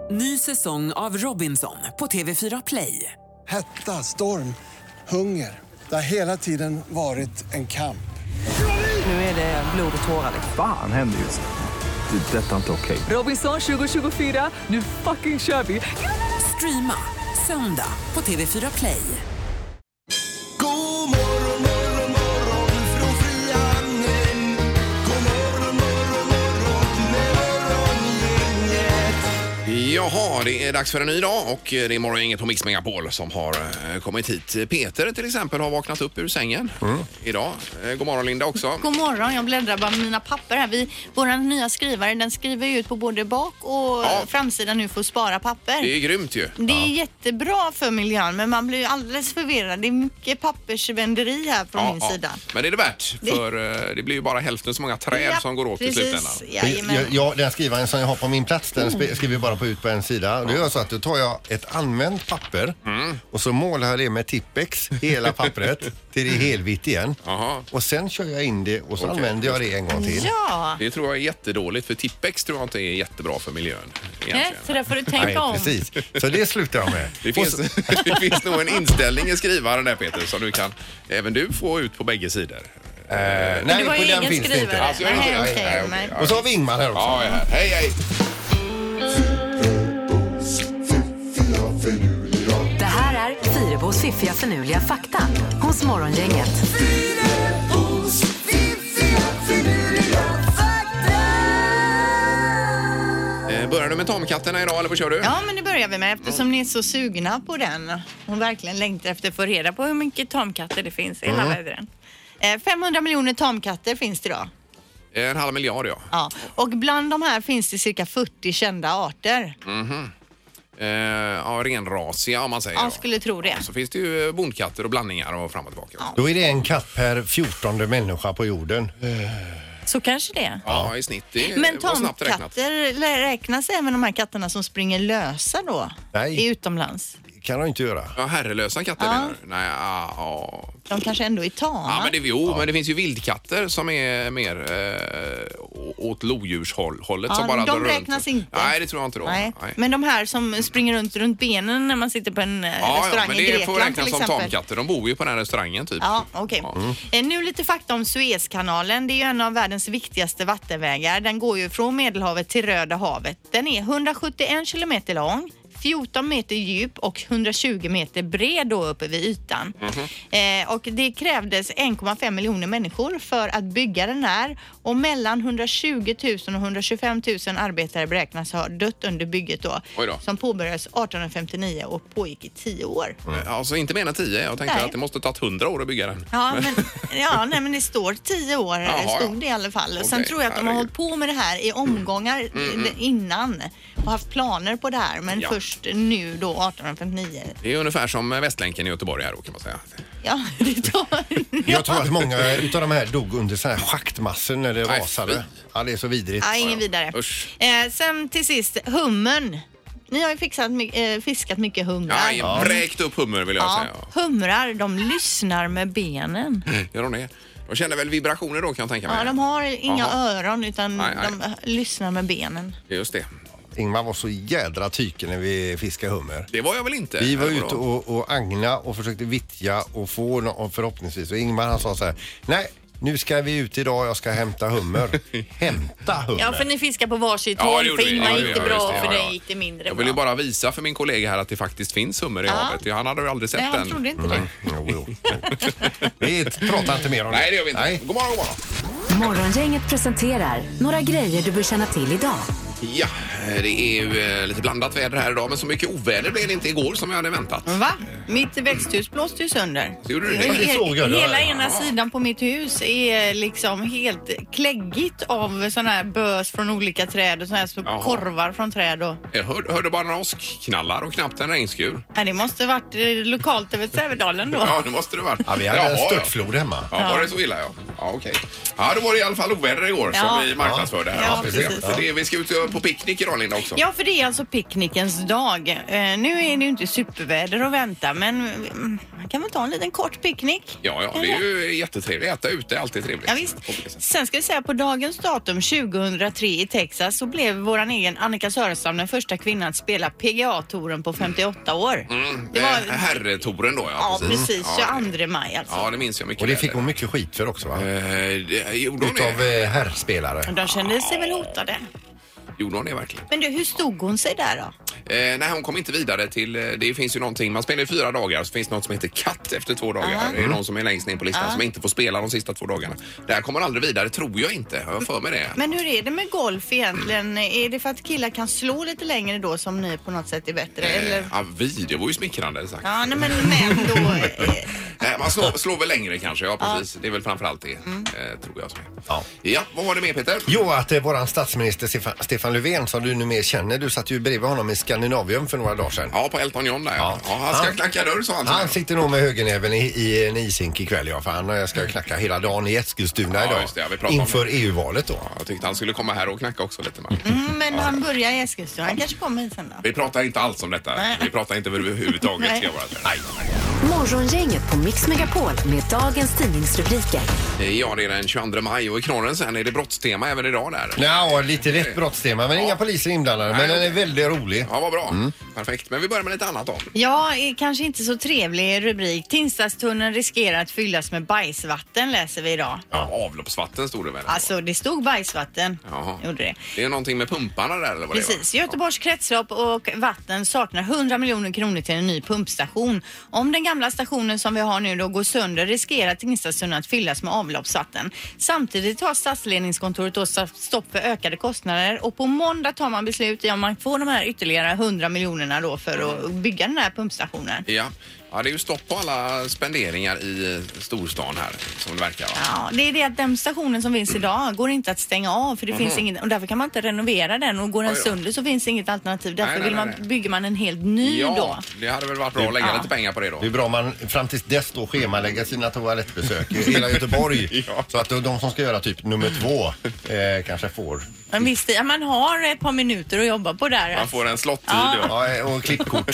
Ny säsong av Robinson på TV4 Play. Hetta, storm, hunger. Det har hela tiden varit en kamp. Nu är det blod och tårar. Fan händer just nu. Det. Detta är inte okej. Robinson 2024, nu fucking kör vi. Streama söndag på TV4 Play. God morgon, morgon, morgon från Frihamnen. God morgon, morgon, morgon med morgongänget. Jaha, det är dags för en ny dag och det är morgongänget på Mix Megapol som har kommit hit. Peter till exempel har vaknat upp ur sängen idag. God morgon Linda också. God morgon, jag bläddrar bara med mina papper här. Vår nya skrivare, den skriver ut på både bak och framsidan nu för att spara papper. Det är grymt ju. Det är jättebra för miljön, men man blir ju alldeles förvirrad. Det är mycket pappersvänderi här från min sida. Men det är det värt, för det blir ju bara hälften så många träd som går åt i slutändan. Ja, den skrivaren som jag har på min plats, den skriver jag bara på ut på en sida. Det gör så att då tar jag ett använt papper och så målar jag det med Tippex, hela pappret, till det är helvitt igen. Aha. Och sen kör jag in det och så använder jag det en gång till. Ja. Det tror jag är jättedåligt, för Tippex tror jag inte är jättebra för miljön. Nej, så där får du tänka om. Precis. Så det slutar jag med. Det finns nog en inställning i skrivaren där Peter som du kan även du få ut på bägge sidor. Nej, Du var på ju den egen finns det inte. skrivare. Alltså, jag är inte- Nej, nej, okej. Och så har vi Ingmar här också. Ja, jag är här. Hej, hej! Det här är Fyrebos fiffiga förnuliga fakta hos Morgongänget. Fyrebos fiffiga finurliga fakta. Börjar du med tamkatterna idag eller vad kör du? Ja, men det börjar vi med eftersom ni är så sugna på den. Hon verkligen längtar efter att få reda på hur mycket tamkatter det finns i hela världen. 500 miljoner tamkatter finns det idag. 500 miljoner, ja. Ja, och bland de här finns det cirka 40 kända arter. Ja, renrasiga om man säger. Jag skulle tro det. Så finns det ju bondkatter och blandningar och fram och tillbaka. Ja. Då är det en katt per 14:e människa på jorden. Så kanske det. Ja, i snitt. Det Men var snabbt räknat. tamkatter, räknas även de här katterna som springer lösa då? Nej. I utomlands? Kan jag inte göra. Ja, herrelösa katter Ja. menar du? Nej, ja. De kanske ändå är tama? Ja, men det finns ju vildkatter som är mer åt lodjurshållet som bara de drar räknas runt. inte. Nej, det tror jag inte då. Nej. Men de här som springer runt benen när man sitter på en restaurang men i det Grekland får räknas till som exempel. tamkatter. De bor ju på den här restaurangen typ. Ja, okej. Nu lite fakta om Suezkanalen. Det är ju en av världens viktigaste vattenvägar. Den går ju från Medelhavet till Röda havet. Den är 171 kilometer lång, 14 meter djup och 120 meter bred då uppe vid ytan. Och det krävdes 1,5 miljoner människor för att bygga den här. Och mellan 120 000 och 125 000 arbetare beräknas ha dött under bygget då. Oj då. Som påbörjades 1859 och pågick i 10 år. Alltså inte mer än 10. Jag tänkte Nej. att det måste ta 100 år att bygga den. Ja, men det står 10 år, stod det i alla fall. Och sen Okej, tror jag att de har herregud. hållit på med det här i omgångar innan och haft planer på det här, men först nu då 1859. Det är ungefär som Västlänken i Göteborg här då kan man säga. Ja, det tar... Jag tror att många utav de här dog under sådana här schaktmassor när det Nej, rasade. fy. Ja, det är så vidrigt. Ja, ingen vidare. Usch. Sen till sist, hummern. Ni har ju fiskat mycket humrar. Ja, bräkt upp hummer vill jag säga. Humrar, de lyssnar med benen. Gör de det? De känner väl vibrationer då kan jag tänka mig. Ja, de har inga öron utan Nej. de lyssnar med benen. Just det. Ingmar var så jädra tyken när vi fiskade hummer. Det var jag väl inte. Vi var Eller ute vadå? och agna och försökte vittja och få och förhoppningsvis. Och Ingmar han sa så här: nej, nu ska vi ut idag, jag ska hämta hummer. Hämta hummer? Ja, för ni fiskar på varsitt Ja, det håll. gjorde För vi. Ingmar Ja, gick det ja, bra, just det. för Ja, dig ja. gick det mindre Jag bra. vill ju bara visa för min kollega här att det faktiskt finns hummer i havet. Han hade ju aldrig sett Nej, den. han trodde inte det. Jo. Vi pratar inte mer om det. Nej, det gör vi inte. Nej. God morgon, god morgon. Morgongänget presenterar några grejer du bör känna till idag. Ja, det är ju lite blandat väder här idag, men så mycket oväder blev det inte igår som jag hade väntat. Va? Mitt växthus blåste ju sönder. Så gjorde du det? Ja, det såg jag. Hela ena sidan på mitt hus är liksom helt kläggigt av såna här bös från olika träd och såna här små Jaha. korvar från träd. Och... Jag hörde bara några åskknallar och knappt en regnskur. Ja, det måste varit lokalt över Sävedalen då. Ja, det måste det vara. Ja, vi hade en störtflod hemma. Ja, var det så illa ja? Ja, okej. Ja, då var det i alla fall oväder igår som vi marknadsförde här. Ja, precis. precis. Så det, vi ska ut på picknick idag, Linda, också. Ja, för det är alltså picknickens dag. Nu är det ju inte superväder att vänta, men man kan väl ta en liten kort picknick? Ja, det är ju jättetrevligt. Äta ute är alltid trevligt. Ja, visst. Sen ska jag säga på dagens datum 2003 i Texas så blev våran egen Annika Sörenstam den första kvinnan att spela PGA-touren på 58 år. Det var herretouren då, ja, precis. 22 maj alltså. Ja, det minns jag mycket. Och det fick hon mycket skit för också, va? Utav herrspelare. De kände sig väl hotade. Gjorde hon det verkligen? Men du, hur stod hon sig där då? Nej, hon kom inte vidare till... Det finns ju någonting... Man spelar i 4 dagar, så finns det något som heter katt efter 2 dagar. Det är någon som är längst ner på listan som inte får spela de sista 2 dagarna. Där kommer aldrig vidare, tror jag inte. Jag har för mig det. Men hur är det med golf egentligen? Är det för att killar kan slå lite längre då som ni på något sätt är bättre? Eller? Ja, det var ju smickrande sagt. Ja, nej, men då... man slår väl längre kanske, ja precis. Det är väl framförallt det, tror jag. Ja, vad var det med, Peter? Jo, att våran statsminister Stefan Löfven, som du nu mer känner, du satt ju bredvid honom i Skandinavium för några dagar sedan. Ja, på Elton John där. Ja, han ska knacka dörr, så han sitter nog med högernäven i en isink ikväll, ja, för han ska knacka hela dagen i Eskilstuna idag. Just det, inför EU-valet då. Ja, jag tyckte han skulle komma här och knacka också lite. Men han börjar i Eskilstuna, han kanske kommer hit sen då. Vi pratar inte alls om detta. Nej. Vi pratar inte överhuvudtaget. Nej. Morgongänget på Mix Megapol med dagens tidningsrubriker. Ja, det är den 22 maj och i knorren sen är det brottstema även idag där. Ja, lite lätt brottstema, men inga poliser inblandade. Men den är väldigt rolig. Ja, vad bra. Perfekt. Men vi börjar med lite annat då. Ja, kanske inte så trevlig rubrik. Tingstadstunneln riskerar att fyllas med bajsvatten, läser vi idag. Ja, avloppsvatten stod det väl? Alltså, det stod bajsvatten. Jaha. Gjorde det. Det är någonting med pumparna där, eller vad Precis. det var? Göteborgs kretslopp och vatten saknar 100 miljoner kronor till en ny pumpstation. Om den gamla stationen som vi har nu då går sönder riskerar Tingstadstunneln att fyllas med avloppsvatten. Samtidigt har stadsledningskontoret då stopp för ökade kostnader och på måndag tar man beslut om man får de här ytterligare 100 miljonerna då för att bygga den här pumpstationen. Ja. Ja, det är ju stopp på alla spenderingar i storstan här, som det verkar. Va? Ja, det är det att den stationen som finns idag går inte att stänga av för det finns inget, och därför kan man inte renovera den och går den sönder så finns inget alternativ. Därför bygger man en helt ny då. Det hade väl varit bra att lägga lite pengar på det då. Det är bra man fram tills dess då schemalägger sina toalettbesök i hela Göteborg. Så att de som ska göra typ nummer 2 kanske får. Men visst, man har ett par minuter att jobba på där. Man får en slottid ja, och klippkort.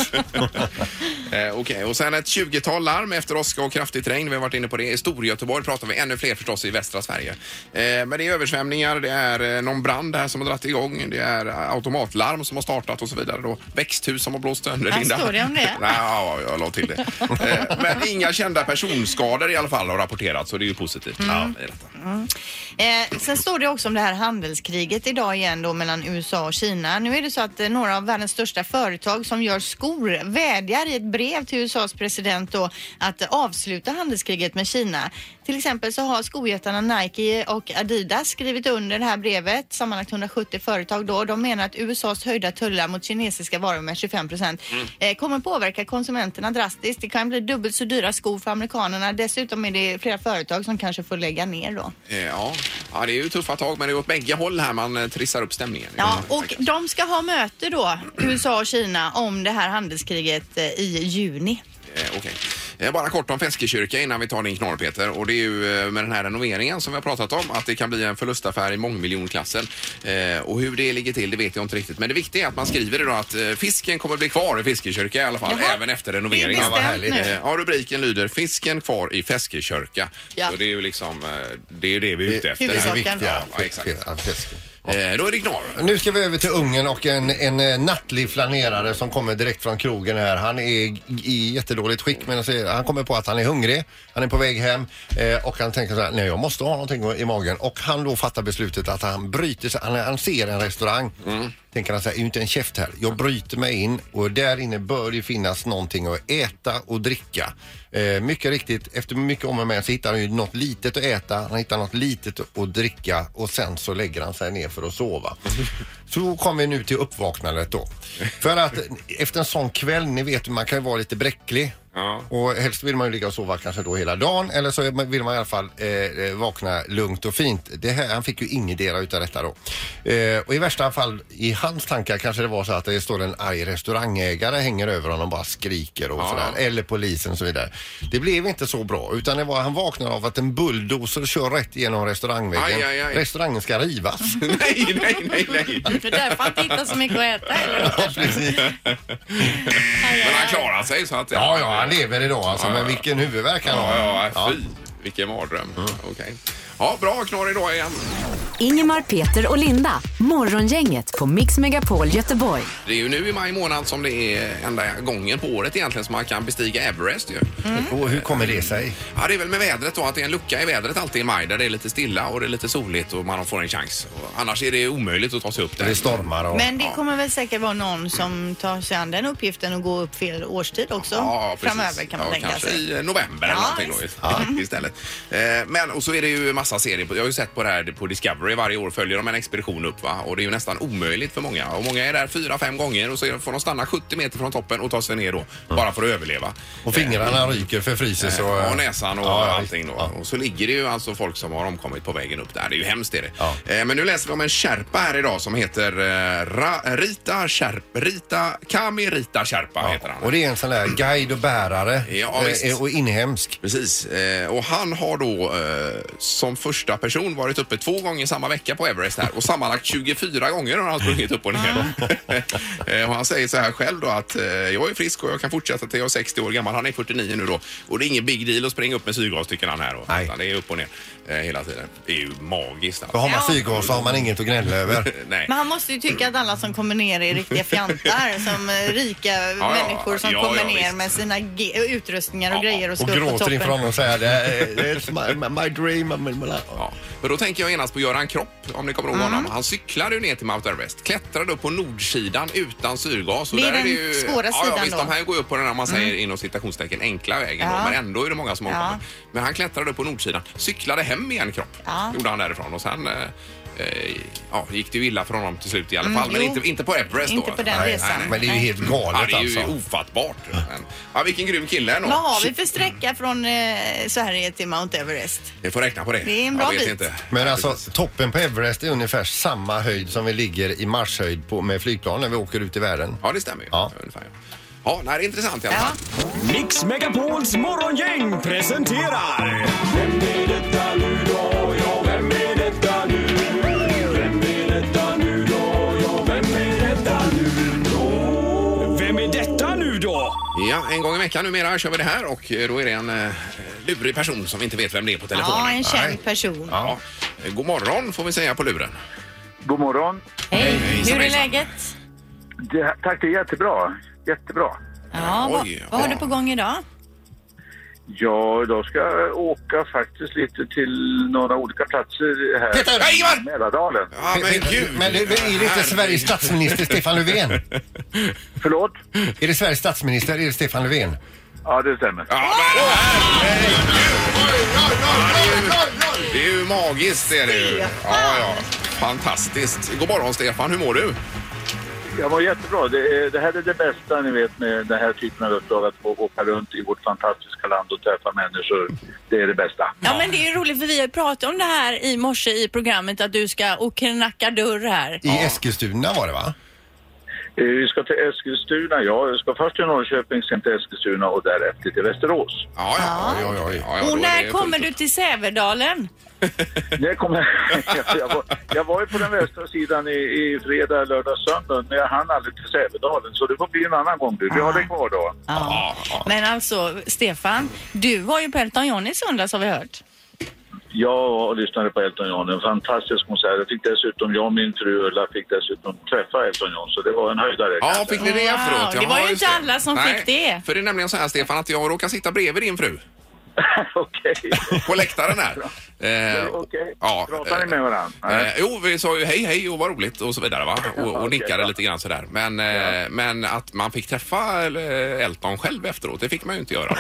Okej, och sen ett 20-tal larm efter åska och kraftigt regn. Vi har varit inne på det. I Storgöteborg pratar vi ännu fler förstås i västra Sverige. Men det är översvämningar, det är någon brand här som har dratt igång. Det är automatlarm som har startat och så vidare. Då. Växthus som har blåst sönder. Står det om det? Nej, ja, jag la till det. Men inga kända personskador i alla fall har rapporterats, så det är ju positivt. Sen står det också om det här handelskriget idag igen då mellan USA och Kina. Nu är det så att några av världens största företag som gör skor vädjar i ett brev till USAs president då att avsluta handelskriget med Kina. Till exempel så har skojättarna Nike och Adidas skrivit under det här brevet, sammanlagt 170 företag då. De menar att USAs höjda tullar mot kinesiska varor med 25% kommer påverka konsumenterna drastiskt. Det kan bli dubbelt så dyra skor för amerikanerna. Dessutom är det flera företag som kanske får lägga ner då. Ja, det är ju tuffa tag, men det är åt bägge håll här man trissar upp stämningen. Ja, och de ska ha möte då, USA och Kina, om det här handelskriget i juni. Okej. Bara kort om Feskekyrka innan vi tar din knorr, Peter. Och det är ju med den här renoveringen som vi har pratat om, att det kan bli en förlustaffär i mångmiljonklassen. Och hur det ligger till, det vet jag inte riktigt. Men det viktiga är att man skriver det då att fisken kommer bli kvar i Feskekyrka i alla fall, även efter renoveringen. Det är bestämt nu. Ja, rubriken lyder Fisken kvar i Feskekyrka. Ja. Så det är ju liksom, det är ju det vi är ute efter. Det är viktigt. Ja, exakt. Då är det knorr. Nu ska vi över till Ungern och en nattlig flanerare som kommer direkt från krogen här. Han är i jättedåligt skick, men han kommer på att han är hungrig. Han är på väg hem och han tänker så här: nej, jag måste ha någonting i magen. Och han då fattar beslutet att han bryter sig. Han ser en restaurang. Tänker han så här: är ju inte en käft här. Jag bryter mig in och där inne bör det finnas någonting att äta och dricka. Mycket riktigt, efter mycket om och med så hittar han ju något litet att äta, han hittar något litet att dricka och sen så lägger han sig ner för att sova. Så kommer vi nu till uppvaknandet då. För att efter en sån kväll, ni vet, man kan ju vara lite bräcklig. Ja. Och helst vill man ju ligga och sova kanske då hela dagen, eller så vill man i alla fall vakna lugnt och fint. Han fick ju ingendera utav detta då. Och i värsta fall, i hans tankar kanske det var så att det står en arg restaurangägare hänger över honom och bara skriker och sådär. Eller polisen och så vidare. Det blev inte så bra, utan han vaknade av att en bulldozer kör rätt igenom restaurangväggen. Restaurangen ska rivas. Nej. För därför han inte hittar så mycket att äta. Eller? Ja, precis. Men han klarar sig så att... Ja, han lever idag alltså, men vilken huvudvärk han har. Ja, fy. Vilken mardröm. Okej. Ja, bra knorr idag igen. Ingemar, Peter och Linda. Morgongänget på Mix Megapol Göteborg. Det är ju nu i maj månad som det är enda gången på året egentligen som man kan bestiga Everest ju. Och hur kommer det sig? Ja, det är väl med vädret då, att det är en lucka i vädret alltid i maj där det är lite stilla och det är lite soligt och man får en chans. Och annars är det omöjligt att ta sig upp där. Det stormar och... Men det kommer väl säkert vara någon som tar sig an den uppgiften och går upp fel årstid också framöver kan man tänka kanske sig. I november eller någonting då istället. Men och så är det ju massa serier. Jag har ju sett på det här på Discovery varje år följer de en expedition upp va? Och det är ju nästan omöjligt för många. Och många är där 4-5 gånger och så får de stanna 70 meter från toppen och ta sig ner då. Bara för att överleva. Och fingrarna ryker för fryses och näsan och allting då. Ja. Och så ligger det ju alltså folk som har omkommit på vägen upp där. Det är ju hemskt är det. Ja. Men nu läser vi om en Sherpa här idag som heter Kami Rita Sherpa heter han. Och det är en sån där guide och bärare och inhemsk. Precis. Och han har då som första person varit uppe 2 gånger samma vecka på Everest här och sammanlagt 24 gånger har han sprungit upp och ner. Och han säger så här själv då att jag är frisk och jag kan fortsätta till jag är 60 år gammal. Han är 49 nu då. Och det är ingen big deal att springa upp med syrgas tycker han här då. Det är upp och ner hela tiden. Det är ju magiskt. Alltså. Har man syrgas så har man inget att gnälla över. Nej. Men han måste ju tycka att alla som kommer ner är riktiga fjantar. Som rika människor som kommer ner med sina utrustningar och grejer och ska upp på toppen. Och gråter inför honom och säger my dream. För då tänker jag genast på Göran Kropp, om ni kommer ihåg honom. Han cyklade ju ner till Mount Everest, klättrade upp på nordsidan utan syrgas. Och det är där den är det ju, svåra sidan visst, då. de här går upp på den här man säger inom citationstecken enkla vägen då, men ändå är det många som omkommer. Men han klättrade upp på nordsidan, cyklade hem igen Kropp, gjorde han därifrån och sen gick det ju illa för honom till slut i alla fall. Men inte på Everest inte då. På den resan. Nej. Men det är ju helt galet det är ju ofattbart. Men, vilken grym kille ändå. Vad har vi för sträcka från Sverige till Mount Everest? Vi får räkna på det. Det är en bra bit. Inte. Men alltså toppen på Everest är ungefär samma höjd som vi ligger i marshöjd med flygplan när vi åker ut i världen. Ja, det stämmer ju. Ungefär. Ja, det är intressant i alla fall. Mix Megapols morgongäng presenterar... Vem är detta nu då? Ja, vem är detta nu? Vem är detta nu då? Ja, vem är detta nu då? Vem är detta nu då? Ja, en gång i veckan numera kör vi det här och då är det en lurig person som inte vet vem det är på telefonen. Ja, en känd person. Ja. God morgon får vi säga på luren. God morgon. Hej, hur är läget? Tack, det är jättebra. Jättebra. Ja, vad har du på gång idag? Ja, då ska jag åka faktiskt lite till några olika platser här Peter! i Mälardalen. Ja, men gud. Men är det inte Sveriges statsminister Stefan Löfven? Förlåt? Är det Sveriges statsminister? Är det Stefan Löfven? Ja, det stämmer. Ja, men det är ju magiskt, det är det ju. Ja. Fantastiskt. God morgon, Stefan. Hur mår du? Jag var jättebra. Det här är det bästa ni vet med den här typen av uppdrag, att få åka runt i vårt fantastiska land och träffa människor. Det är det bästa. Ja, men det är ju roligt för vi har pratat om det här i morse i programmet att du ska och knacka dörr här. I Eskilstuna var det va? Vi ska till Eskilstuna, jag ska först till Norrköping, sen till Eskilstuna och därefter till Västerås. Ja, och när kommer du till Sävedalen? Jag var ju på den västra sidan i fredag, lördag, söndag, men jag hann aldrig till Sävedalen, så det får bli en annan gång. Vi har det kvar då. Men alltså, Stefan, du var ju på Elton John i söndags har vi hört. Jag lyssnade på Elton John, en fantastisk konsert. Jag fick dessutom, jag och min fru Ulla fick dessutom träffa Elton John, så det var en höjdare. Ja, fick ni det efteråt? Det var ju inte alla som fick det. För det är nämligen så här, Stefan, att jag råkar sitta bredvid din fru. Okej. På läktaren här. Okej. Pratar ni med varandra? Jo, vi sa ju hej och vad roligt och så vidare va? Och nickade lite grann sådär. Men att man fick träffa Elton själv efteråt, det fick man ju inte göra.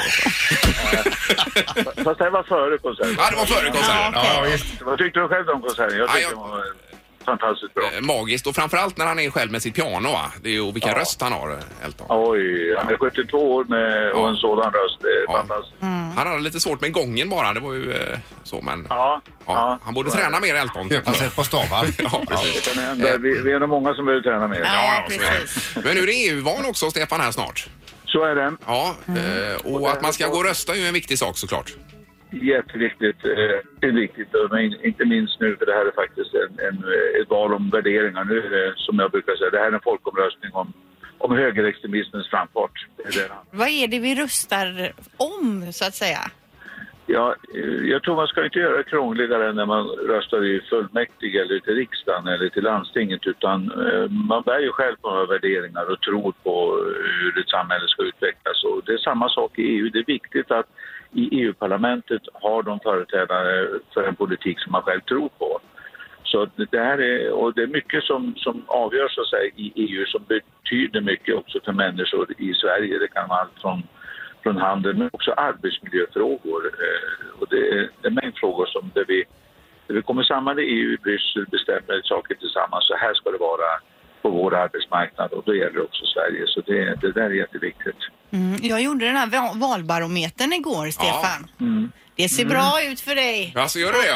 Fast det var före konserten. Ja, det var före konserten. Vad tyckte du själv om konserten? Jag tyckte fantastiskt bra. Magiskt, och framförallt när han är själv med sitt piano, va? Det är ju vilken röst han har, Elton. Oj, han är 72 år med och en sådan röst. Det är fantastiskt. Han hade lite svårt med gången bara, det var ju så, men Ja. han borde träna mer, Elton. Köpa sig på stavar. Ja, precis. Det kan hända. Vi är nog många som behöver träna mer. Ja, så är det. Men nu är det EU-val också, Stefan, här snart. Så är det. Ja, och att man ska gå och rösta är ju en viktig sak, såklart. Jätteviktigt. Det är viktigt. Men inte minst nu, för det här är faktiskt ett val om värderingar. Nu är det, som jag brukar säga, det här är en folkomröstning om högerextremismens framfart. Vad är det vi röstar om, så att säga? Ja, jag tror man ska inte göra det krångligare när man röstar i fullmäktige eller till riksdagen eller till landstinget, utan man bär ju själv på några värderingar och tror på hur ett samhälle ska utvecklas. Och det är samma sak i EU. Det är viktigt att i EU-parlamentet har de företrädare för en politik som man själv tror på. Så det här är, och det är mycket som avgörs så att säga, i EU som betyder mycket också för människor i Sverige. Det kan vara allt från handel, men också arbetsmiljöfrågor. Och det är en mängd frågor som där vi kommer samman i EU i Bryssel, bestämmer saker tillsammans. Så här ska det vara på vår arbetsmarknad, och då gäller det också Sverige. Så det där är jätteviktigt. Jag gjorde den här valbarometern igår, Stefan. Det ser bra ut för dig. Ja, så gör det,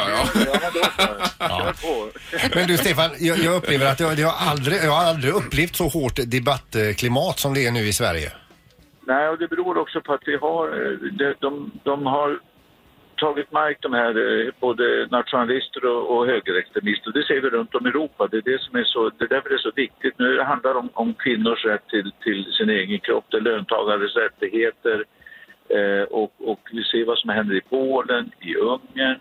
ja. Men du, Stefan, jag upplever att jag har aldrig upplevt så hårt debattklimat som det är nu i Sverige. Nej, och det beror också på att vi har, de har tagit mark, de här både nationalister och högerextremister. Det ser vi runt om i Europa. Det är det som är så, det är därför det är så viktigt. Nu handlar det om kvinnors rätt till sin egen kropp, det är löntagares rättigheter, och vi ser vad som händer i Polen, i Ungern,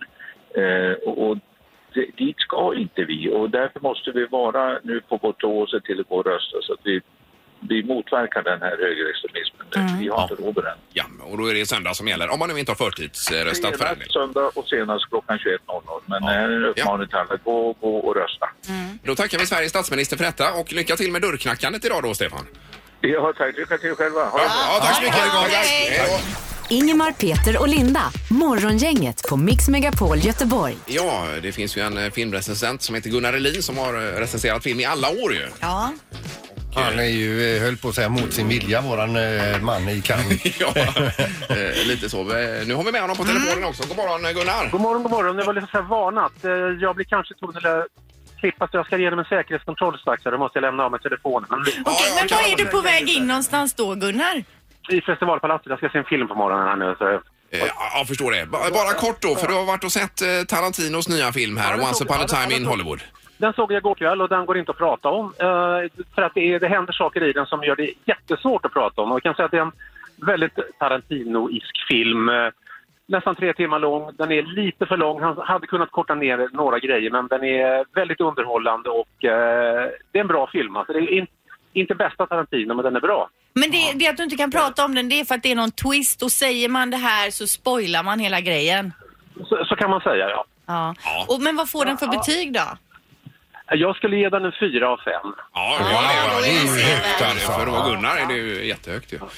och dit ska inte vi. Och därför måste vi vara nu på vårt tå och se till att gå och rösta så att vi motverkar den här högerextremismen. Vi har inte råd med den. Ja, och då är det söndag som gäller, om man nu inte har förtidsröstat för den. Söndag och senast klockan 21.00. Men det är en uppmaning till alla. Gå och rösta. Då tackar vi Sveriges statsminister för detta, och lycka till med dörrknackandet idag då, Stefan. Ja, tack. Lycka till själva. Ja, tack så mycket. Hej då. Ingemar, Peter och Linda. Morgongänget på Mix Megapol Göteborg. Ja, det finns ju en filmrecensent som heter Gunnar Elin som har recenserat film i alla år ju. Ja. Han är ju, höll på att säga, mot sin vilja, våran man i Cannes. Ja, lite så. Nu har vi med honom på telefonen också. God morgon, Gunnar. God morgon. Det var lite så här varnat. Jag blir kanske tvungen att klippa, så jag ska igenom en säkerhetskontroll strax. Då måste jag lämna av med telefonen. Okej, men var är du på väg in någonstans då, Gunnar? I festivalpalatset. Jag ska se en film på morgonen här nu. Så... Jag förstår det. Bara kort då, för du har varit och sett Tarantinos nya film här, Once upon a time in Hollywood. Den såg jag igår kväll och den går inte att prata om. För att det händer saker i den som gör det jättesvårt att prata om. Och jag kan säga att det är en väldigt Tarantino-isk film. Nästan 3 timmar lång. Den är lite för lång. Han hade kunnat korta ner några grejer, men den är väldigt underhållande och det är en bra film. Alltså, det är inte bästa Tarantino, men den är bra. Men det att du inte kan prata om den, det är för att det är någon twist, och säger man det här så spoilar man hela grejen. Så kan man säga, ja. Ja. Men vad får den för betyg då? Jag skulle ge den en 4 av 5. Ja, det är ju högt alltså. För att vara Gunnar är det ju jättehögt ju.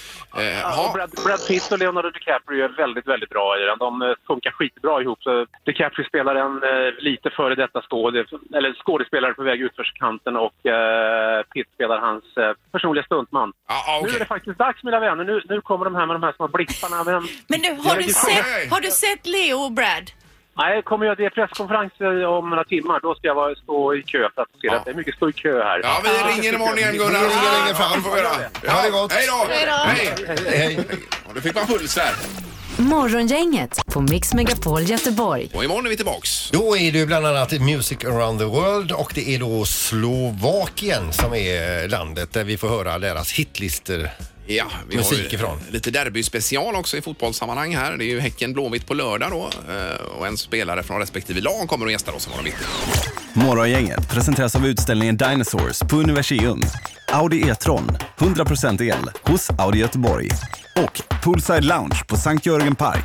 Brad Pitt och Leonardo DiCaprio är väldigt, väldigt bra i den. De funkar skitbra ihop. Så DiCaprio spelar en lite före detta skådespelare på väg ut för kanten, och Pitt spelar hans personliga stuntman. Okay. Nu är det faktiskt dags, mina vänner. Nu kommer de här med de här små blipparna. Men du, har du sett Leo och Brad? Nej, kommer jag till presskonferens om några timmar. Då ska jag stå i kö för att se att det är mycket stå i kö här. Ja, vi ringer imorgon igen, Gunnar. Vi ringer fram. Ha det gott. Hej då. Hej. Du fick man puls här. Morgongänget på Mix Megapol Göteborg. Och imorgon är vi tillbaks. Då är det bland annat Music around the world, och det är då Slovakien som är landet där vi får höra deras hitlister. Ja, vi musik har ifrån. Lite derbyspecial också i fotbollssammanhang här. Det är ju Häcken Blåvitt på lördag då, och en spelare från respektive lag kommer att gästa oss imorgon bitti. Morgongänget presenteras av utställningen Dinosaurs på Universium. Audi E-tron, 100% el hos Audi Göteborg. Och Poolside Lounge på Sankt Jörgen Park.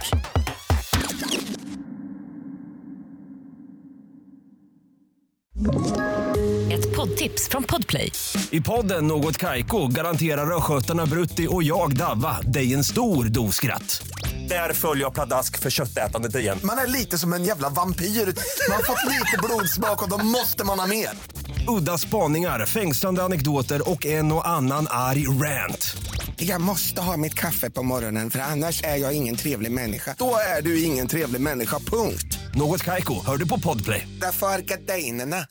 Ett poddtips från Podplay. I podden Något Kaiko garanterar röskötarna Brutti och jag Davva dig en stor doskratt. Där följer jag pladask för köttätandet igen. Man är lite som en jävla vampyr. Man har fått lite blodsmak och då måste man ha mer. Udda spaningar, fängslande anekdoter och en och annan arg rant. Jag måste ha mitt kaffe på morgonen för annars är jag ingen trevlig människa. Då är du ingen trevlig människa, punkt. Något Kaiko, hör du på Podplay. Därför är gardinerna.